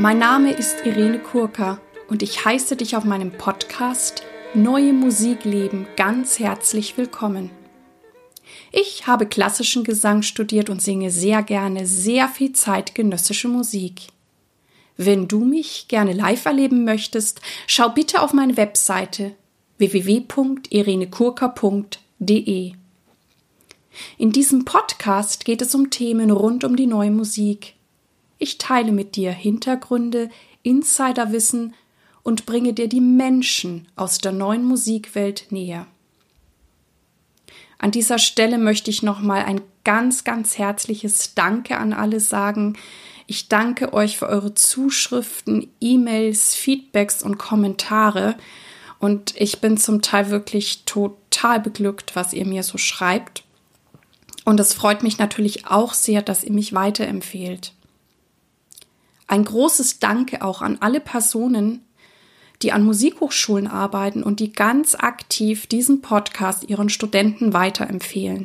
Mein Name ist Irene Kurka und ich heiße dich auf meinem Podcast Neue Musik leben ganz herzlich willkommen. Ich habe klassischen Gesang studiert und singe sehr gerne sehr viel zeitgenössische Musik. Wenn du mich gerne live erleben möchtest, schau bitte auf meine Webseite www.irenekurka.de. In diesem Podcast geht es um Themen rund um die neue Musik. Ich teile mit dir Hintergründe, Insiderwissen und bringe dir die Menschen aus der neuen Musikwelt näher. An dieser Stelle möchte ich nochmal ein ganz, ganz herzliches Danke an alle sagen. Ich danke euch für eure Zuschriften, E-Mails, Feedbacks und Kommentare. Und ich bin zum Teil wirklich total beglückt, was ihr mir so schreibt. Und es freut mich natürlich auch sehr, dass ihr mich weiterempfehlt. Ein großes Danke auch an alle Personen, die an Musikhochschulen arbeiten und die ganz aktiv diesen Podcast ihren Studenten weiterempfehlen.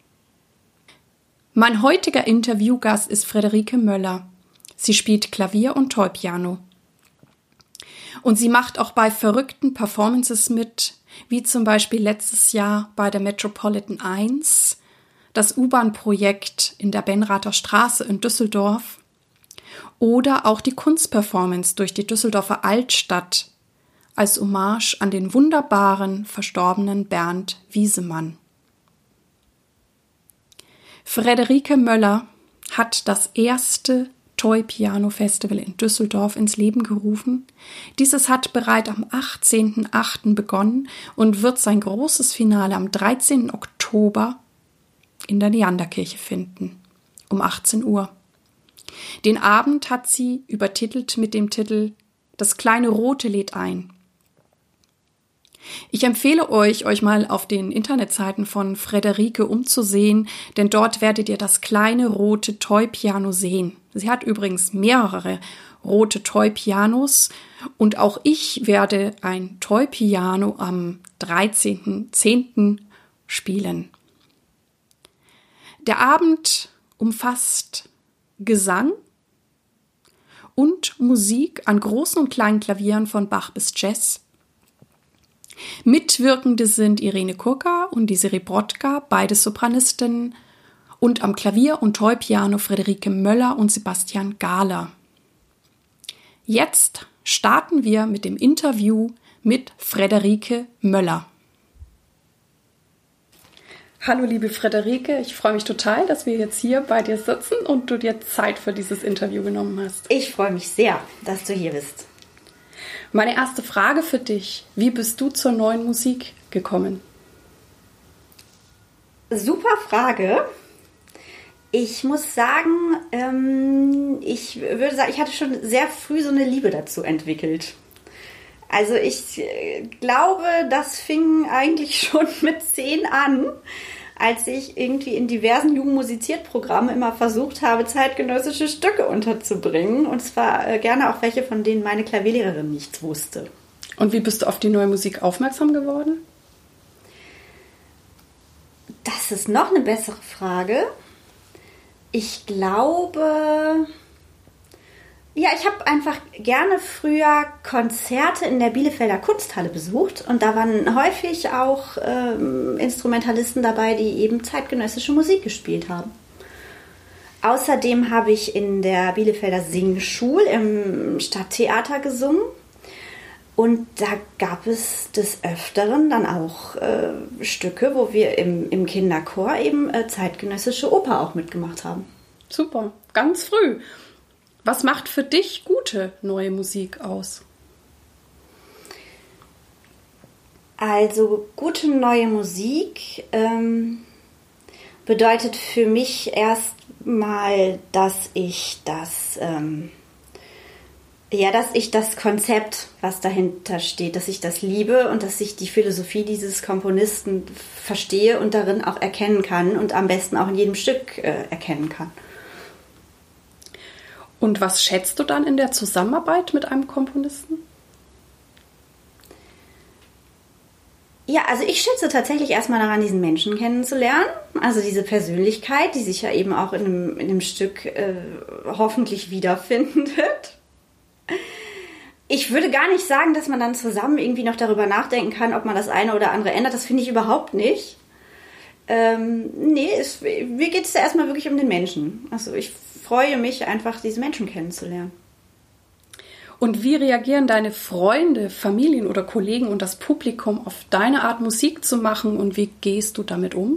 Mein heutiger Interviewgast ist Friederike Möller. Sie spielt Klavier und Toy-Piano. Und sie macht auch bei verrückten Performances mit, wie zum Beispiel letztes Jahr bei der Metropolitan 1, das U-Bahn-Projekt in der Benrather Straße in Düsseldorf oder auch die Kunstperformance durch die Düsseldorfer Altstadt als Hommage an den wunderbaren, verstorbenen Bernd Wiesemann. Friederike Möller hat das erste Toy-Piano-Festival in Düsseldorf ins Leben gerufen. Dieses hat bereits am 18.08. begonnen und wird sein großes Finale am 13. Oktober in der Neanderkirche finden, um 18 Uhr. Den Abend hat sie übertitelt mit dem Titel »Das kleine Rote lädt ein«. Ich empfehle euch mal auf den Internetseiten von Friederike umzusehen, denn dort werdet ihr das kleine rote Toy-Piano sehen. Sie hat übrigens mehrere rote Toy-Pianos und auch ich werde ein Toy-Piano am 13.10. spielen. Der Abend umfasst Gesang und Musik an großen und kleinen Klavieren von Bach bis Jazz. Mitwirkende sind Irene Kurka und Desiree Brodka, beide Sopranistinnen, und am Klavier und Toy-Piano Friederike Möller und Sebastian Gahler. Jetzt starten wir mit dem Interview mit Friederike Möller. Hallo liebe Friederike, ich freue mich total, dass wir jetzt hier bei dir sitzen und du dir Zeit für dieses Interview genommen hast. Ich freue mich sehr, dass du hier bist. Meine erste Frage für dich, wie bist du zur neuen Musik gekommen? Super Frage. Ich muss sagen, ich würde sagen, ich hatte schon sehr früh so eine Liebe dazu entwickelt. Also ich glaube, das fing eigentlich schon mit 10 an, als ich irgendwie in diversen Jugendmusiziert-Programmen immer versucht habe, zeitgenössische Stücke unterzubringen. Und zwar gerne auch welche, von denen meine Klavierlehrerin nichts wusste. Und wie bist du auf die neue Musik aufmerksam geworden? Das ist noch eine bessere Frage. Ich glaube... Ja, ich habe einfach gerne früher Konzerte in der Bielefelder Kunsthalle besucht und da waren häufig auch Instrumentalisten dabei, die eben zeitgenössische Musik gespielt haben. Außerdem habe ich in der Bielefelder Singschule im Stadttheater gesungen und da gab es des Öfteren dann auch Stücke, wo wir im Kinderchor eben zeitgenössische Oper auch mitgemacht haben. Super, ganz früh. Was macht für dich gute neue Musik aus? Also gute neue Musik bedeutet für mich erstmal, dass ich das Konzept, was dahinter steht, dass ich das liebe und dass ich die Philosophie dieses Komponisten verstehe und darin auch erkennen kann und am besten auch in jedem Stück erkennen kann. Und was schätzt du dann in der Zusammenarbeit mit einem Komponisten? Ja, also ich schätze tatsächlich erstmal daran, diesen Menschen kennenzulernen. Also diese Persönlichkeit, die sich ja eben auch in einem Stück hoffentlich wiederfinden wird. Ich würde gar nicht sagen, dass man dann zusammen irgendwie noch darüber nachdenken kann, ob man das eine oder andere ändert. Das finde ich überhaupt nicht. Mir geht es ja erstmal wirklich um den Menschen. Also ich freue mich einfach, diese Menschen kennenzulernen. Und wie reagieren deine Freunde, Familien oder Kollegen und das Publikum auf deine Art, Musik zu machen, und wie gehst du damit um?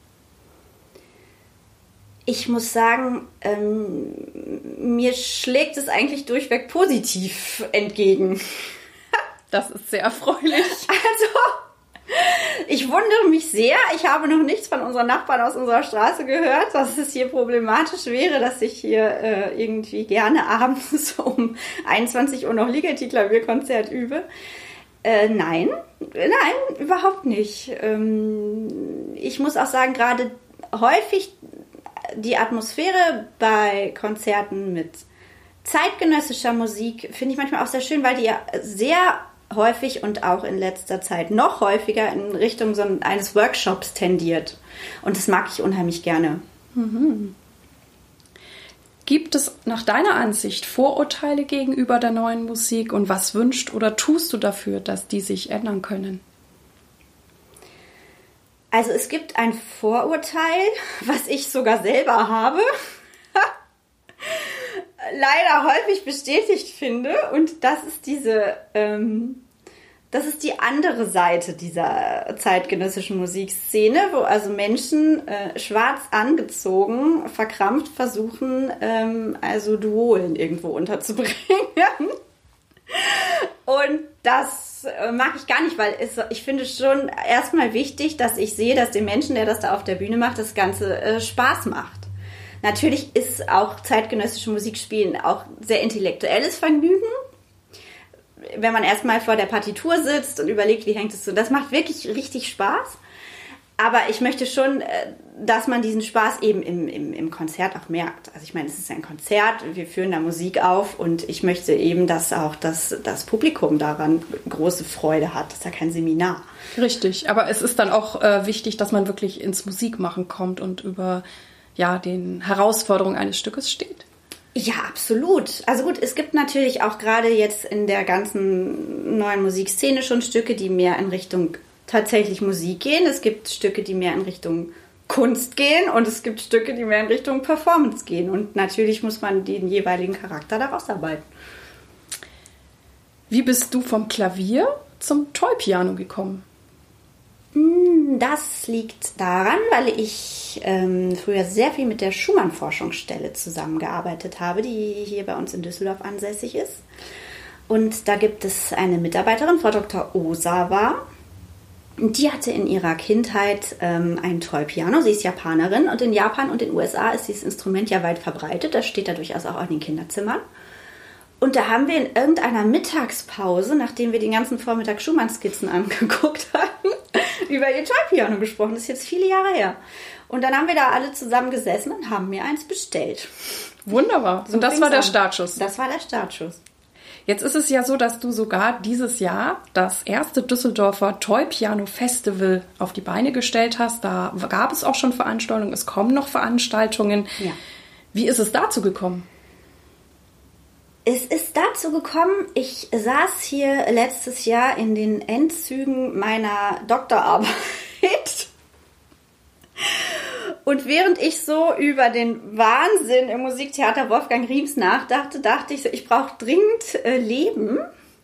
Ich muss sagen, mir schlägt es eigentlich durchweg positiv entgegen. Das ist sehr erfreulich. Also, ich wundere mich sehr. Ich habe noch nichts von unseren Nachbarn aus unserer Straße gehört, dass es hier problematisch wäre, dass ich hier irgendwie gerne abends um 21 Uhr noch Ligeti-Klavierkonzert übe. Nein, überhaupt nicht. Ich muss auch sagen, gerade häufig die Atmosphäre bei Konzerten mit zeitgenössischer Musik finde ich manchmal auch sehr schön, weil die ja sehr häufig und auch in letzter Zeit noch häufiger in Richtung eines Workshops tendiert. Und das mag ich unheimlich gerne. Mhm. Gibt es nach deiner Ansicht Vorurteile gegenüber der neuen Musik, und was wünschst oder tust du dafür, dass die sich ändern können? Also es gibt ein Vorurteil, was ich sogar selber habe, leider häufig bestätigt finde, und das ist das ist die andere Seite dieser zeitgenössischen Musikszene, wo also Menschen schwarz angezogen, verkrampft versuchen, also Duolen irgendwo unterzubringen. Und das mag ich gar nicht, weil ich finde schon erstmal wichtig, dass ich sehe, dass dem Menschen, der das da auf der Bühne macht, das Ganze Spaß macht. Natürlich ist auch zeitgenössische Musik spielen auch sehr intellektuelles Vergnügen. Wenn man erstmal vor der Partitur sitzt und überlegt, wie hängt es so, das macht wirklich richtig Spaß. Aber ich möchte schon, dass man diesen Spaß eben im Konzert auch merkt. Also ich meine, es ist ein Konzert, wir führen da Musik auf, und ich möchte eben, dass auch das Publikum daran große Freude hat. Das ist ja kein Seminar. Richtig, aber es ist dann auch wichtig, dass man wirklich ins Musikmachen kommt und über den Herausforderungen eines Stückes steht. Ja, absolut. Also gut, es gibt natürlich auch gerade jetzt in der ganzen neuen Musikszene schon Stücke, die mehr in Richtung tatsächlich Musik gehen. Es gibt Stücke, die mehr in Richtung Kunst gehen, und es gibt Stücke, die mehr in Richtung Performance gehen. Und natürlich muss man den jeweiligen Charakter daraus arbeiten. Wie bist du vom Klavier zum Toy-Piano gekommen? Das liegt daran, weil ich früher sehr viel mit der Schumann-Forschungsstelle zusammengearbeitet habe, die hier bei uns in Düsseldorf ansässig ist. Und da gibt es eine Mitarbeiterin, Frau Dr. Osawa. Die hatte in ihrer Kindheit ein Toy-Piano. Sie ist Japanerin, und in Japan und in den USA ist dieses Instrument ja weit verbreitet. Das steht da durchaus auch in den Kinderzimmern. Und da haben wir in irgendeiner Mittagspause, nachdem wir den ganzen Vormittag Schumann-Skizzen angeguckt hatten, über ihr Toy-Piano gesprochen. Das ist jetzt viele Jahre her. Und dann haben wir da alle zusammen gesessen und haben mir eins bestellt. Wunderbar. So, und das war der Startschuss. Das war der Startschuss. Jetzt ist es ja so, dass du sogar dieses Jahr das erste Düsseldorfer Toy-Piano-Festival auf die Beine gestellt hast. Da gab es auch schon Veranstaltungen, es kommen noch Veranstaltungen. Ja. Wie ist es dazu gekommen? Es ist dazu gekommen, ich saß hier letztes Jahr in den Endzügen meiner Doktorarbeit. Und während ich so über den Wahnsinn im Musiktheater Wolfgang Riems nachdachte, dachte ich so, ich brauche dringend Leben.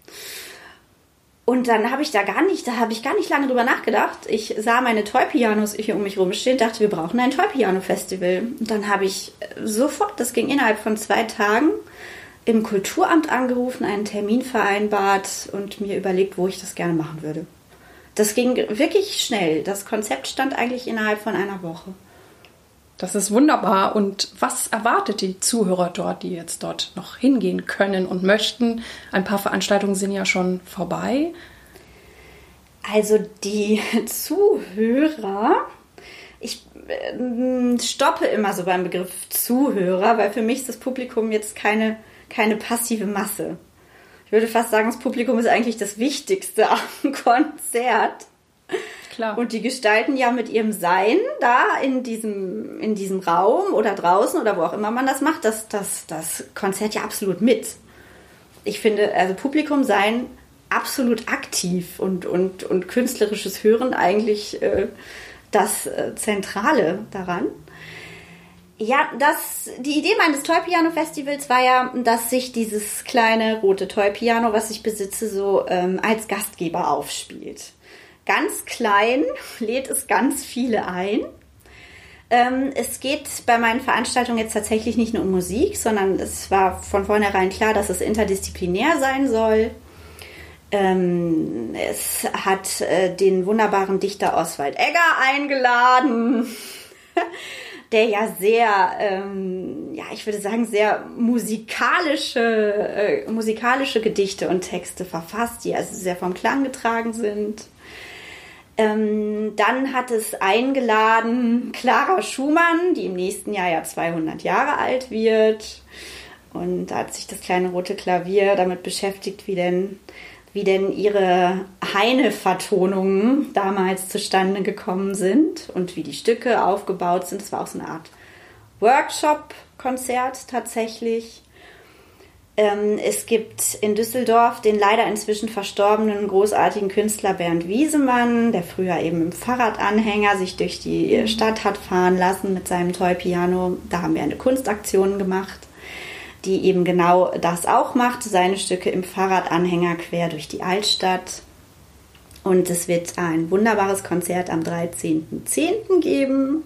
Und dann habe ich gar nicht lange drüber nachgedacht. Ich sah meine Toy-Pianos hier um mich rumstehen, dachte, wir brauchen ein Toy-Piano-Festival. Und dann habe ich sofort, das ging innerhalb von 2 Tagen, im Kulturamt angerufen, einen Termin vereinbart und mir überlegt, wo ich das gerne machen würde. Das ging wirklich schnell. Das Konzept stand eigentlich innerhalb von einer Woche. Das ist wunderbar. Und was erwartet die Zuhörer dort, die jetzt dort noch hingehen können und möchten? Ein paar Veranstaltungen sind ja schon vorbei. Also die Zuhörer, ich stoppe immer so beim Begriff Zuhörer, weil für mich ist das Publikum jetzt keine passive Masse. Ich würde fast sagen, das Publikum ist eigentlich das Wichtigste am Konzert. Klar. Und die gestalten ja mit ihrem Sein da in diesem Raum oder draußen oder wo auch immer man das macht, das Konzert ja absolut mit. ich finde, also Publikum sein absolut aktiv und künstlerisches Hören eigentlich das Zentrale daran. Ja, die Idee meines Toy-Piano-Festivals war ja, dass sich dieses kleine rote Toy-Piano, was ich besitze, so als Gastgeber aufspielt. Ganz klein, lädt es ganz viele ein. Es geht bei meinen Veranstaltungen jetzt tatsächlich nicht nur um Musik, sondern es war von vornherein klar, dass es interdisziplinär sein soll. Es hat den wunderbaren Dichter Oswald Egger eingeladen, der ja sehr, ich würde sagen, sehr musikalische Gedichte und Texte verfasst, die also sehr vom Klang getragen sind. Dann hat es eingeladen Clara Schumann, die im nächsten Jahr ja 200 Jahre alt wird. Und da hat sich das kleine rote Klavier damit beschäftigt, wie denn ihre Heine-Vertonungen damals zustande gekommen sind und wie die Stücke aufgebaut sind. Das war auch so eine Art Workshop-Konzert tatsächlich. Es gibt in Düsseldorf den leider inzwischen verstorbenen großartigen Künstler Bernd Wiesemann, der früher eben im Fahrradanhänger sich durch die Stadt hat fahren lassen mit seinem Toy-Piano. Da haben wir eine Kunstaktion gemacht, die eben genau das auch macht, seine Stücke im Fahrradanhänger quer durch die Altstadt. Und es wird ein wunderbares Konzert am 13.10. geben,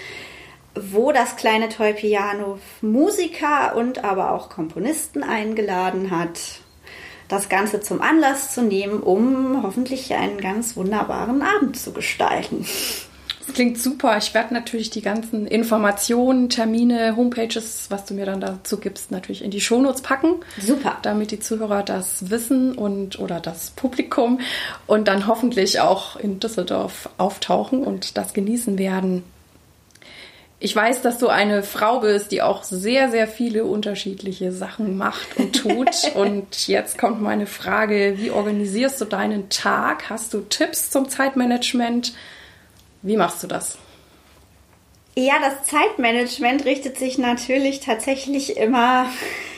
wo das kleine Toy-Piano Musiker und aber auch Komponisten eingeladen hat, das Ganze zum Anlass zu nehmen, um hoffentlich einen ganz wunderbaren Abend zu gestalten. Das klingt super. Ich werde natürlich die ganzen Informationen, Termine, Homepages, was du mir dann dazu gibst, natürlich in die Shownotes packen. Super. Damit die Zuhörer das wissen oder das Publikum und dann hoffentlich auch in Düsseldorf auftauchen und das genießen werden. Ich weiß, dass du eine Frau bist, die auch sehr, sehr viele unterschiedliche Sachen macht und tut. Und jetzt kommt meine Frage, wie organisierst du deinen Tag? Hast du Tipps zum Zeitmanagement? Wie machst du das? Ja, das Zeitmanagement richtet sich natürlich tatsächlich immer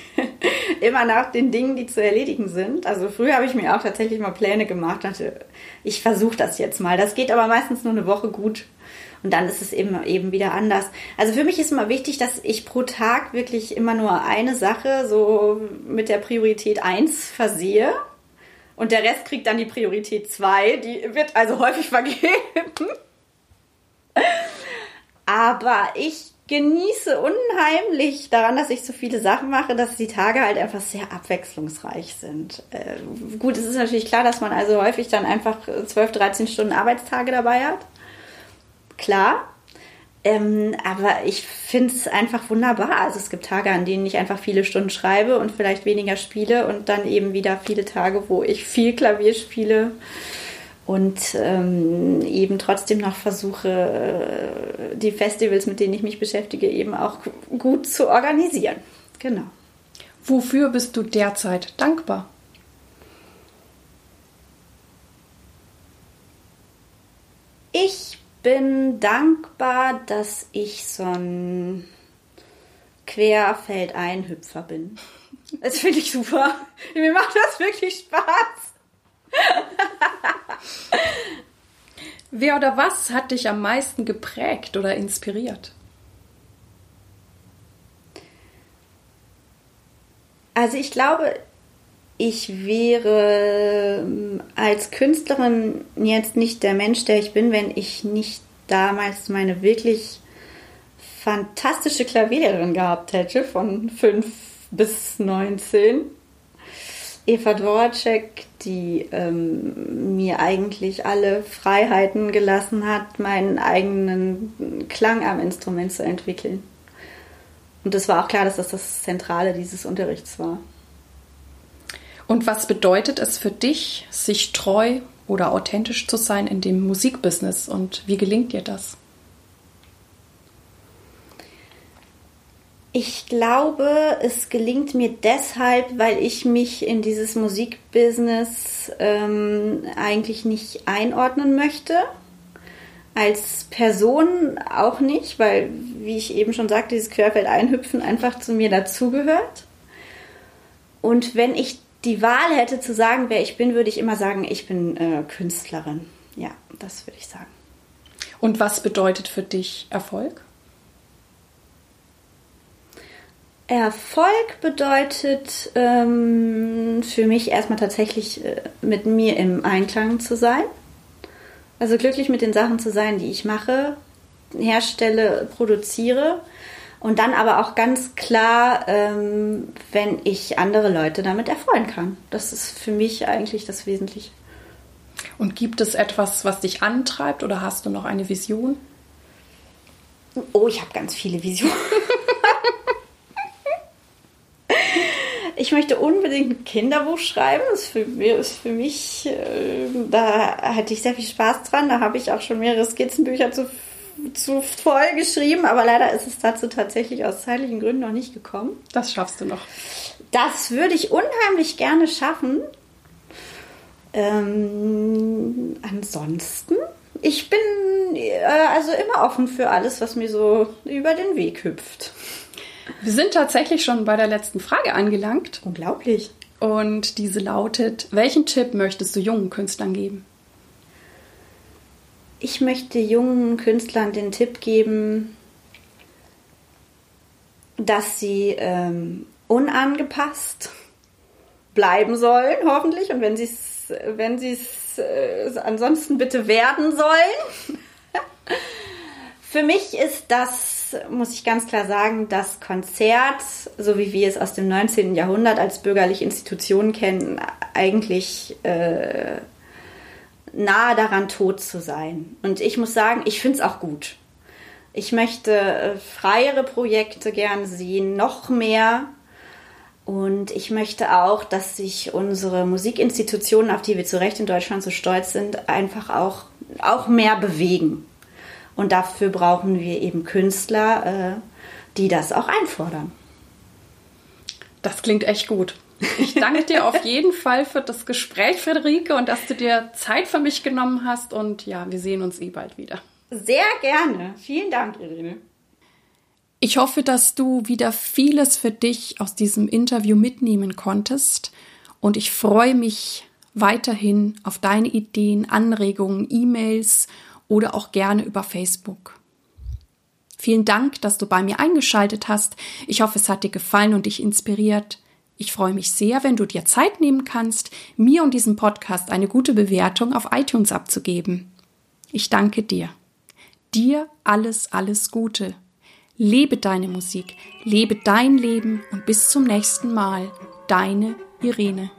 nach den Dingen, die zu erledigen sind. Also früher habe ich mir auch tatsächlich mal Pläne gemacht, dachte, ich versuche das jetzt mal. Das geht aber meistens nur eine Woche gut. Und dann ist es eben wieder anders. Also für mich ist immer wichtig, dass ich pro Tag wirklich immer nur eine Sache so mit der Priorität 1 versehe. Und der Rest kriegt dann die Priorität 2. Die wird also häufig vergeben. Aber ich genieße unheimlich daran, dass ich so viele Sachen mache, dass die Tage halt einfach sehr abwechslungsreich sind. Gut, es ist natürlich klar, dass man also häufig dann einfach 12, 13 Stunden Arbeitstage dabei hat. Klar, aber ich finde es einfach wunderbar. Also es gibt Tage, an denen ich einfach viele Stunden schreibe und vielleicht weniger spiele und dann eben wieder viele Tage, wo ich viel Klavier spiele und eben trotzdem noch versuche, die Festivals, mit denen ich mich beschäftige, eben auch gut zu organisieren. Genau. Wofür bist du derzeit dankbar? Ich bin dankbar, dass ich so ein Querfeldeinhüpfer bin. Das finde ich super. Mir macht das wirklich Spaß. Wer oder was hat dich am meisten geprägt oder inspiriert? Also ich glaube, ich wäre als Künstlerin jetzt nicht der Mensch, der ich bin, wenn ich nicht damals meine wirklich fantastische Klavierlehrerin gehabt hätte, von 5 bis 19. Eva Dworacek, die mir eigentlich alle Freiheiten gelassen hat, meinen eigenen Klang am Instrument zu entwickeln. Und es war auch klar, dass das das Zentrale dieses Unterrichts war. Und was bedeutet es für dich, sich treu oder authentisch zu sein in dem Musikbusiness? Und wie gelingt dir das? Ich glaube, es gelingt mir deshalb, weil ich mich in dieses Musikbusiness eigentlich nicht einordnen möchte. Als Person auch nicht, weil, wie ich eben schon sagte, dieses Querfeldeinhüpfen einfach zu mir dazugehört. Und wenn ich die Wahl hätte zu sagen, wer ich bin, würde ich immer sagen, ich bin Künstlerin. Ja, das würde ich sagen. Und was bedeutet für dich Erfolg? Erfolg bedeutet für mich erstmal tatsächlich mit mir im Einklang zu sein. Also glücklich mit den Sachen zu sein, die ich mache, herstelle, produziere. Und dann aber auch ganz klar, wenn ich andere Leute damit erfreuen kann. Das ist für mich eigentlich das Wesentliche. Und gibt es etwas, was dich antreibt oder hast du noch eine Vision? Oh, ich habe ganz viele Visionen. Ich möchte unbedingt ein Kinderbuch schreiben. Das ist für mich, da hatte ich sehr viel Spaß dran. Da habe ich auch schon mehrere Skizzenbücher zu voll geschrieben, aber leider ist es dazu tatsächlich aus zeitlichen Gründen noch nicht gekommen. Das schaffst du noch. Das würde ich unheimlich gerne schaffen. Ansonsten, ich bin also immer offen für alles, was mir so über den Weg hüpft. Wir sind tatsächlich schon bei der letzten Frage angelangt. Unglaublich. Und diese lautet, welchen Tipp möchtest du jungen Künstlern geben? Ich möchte jungen Künstlern den Tipp geben, dass sie unangepasst bleiben sollen, hoffentlich. Und wenn sie es ansonsten bitte werden sollen. Für mich ist das, muss ich ganz klar sagen, das Konzert, so wie wir es aus dem 19. Jahrhundert als bürgerliche Institution kennen, eigentlich nahe daran, tot zu sein. Und ich muss sagen, ich finde es auch gut. Ich möchte freiere Projekte gern sehen, noch mehr. Und ich möchte auch, dass sich unsere Musikinstitutionen, auf die wir zu Recht in Deutschland so stolz sind, einfach auch mehr bewegen. Und dafür brauchen wir eben Künstler, die das auch einfordern. Das klingt echt gut. Ich danke dir auf jeden Fall für das Gespräch, Friederike, und dass du dir Zeit für mich genommen hast. Und ja, wir sehen uns bald wieder. Sehr gerne. Vielen Dank, Irene. Ich hoffe, dass du wieder vieles für dich aus diesem Interview mitnehmen konntest. Und ich freue mich weiterhin auf deine Ideen, Anregungen, E-Mails oder auch gerne über Facebook. Vielen Dank, dass du bei mir eingeschaltet hast. Ich hoffe, es hat dir gefallen und dich inspiriert. Ich freue mich sehr, wenn du dir Zeit nehmen kannst, mir und diesem Podcast eine gute Bewertung auf iTunes abzugeben. Ich danke dir. Dir alles, alles Gute. Lebe deine Musik, lebe dein Leben und bis zum nächsten Mal. Deine Irene.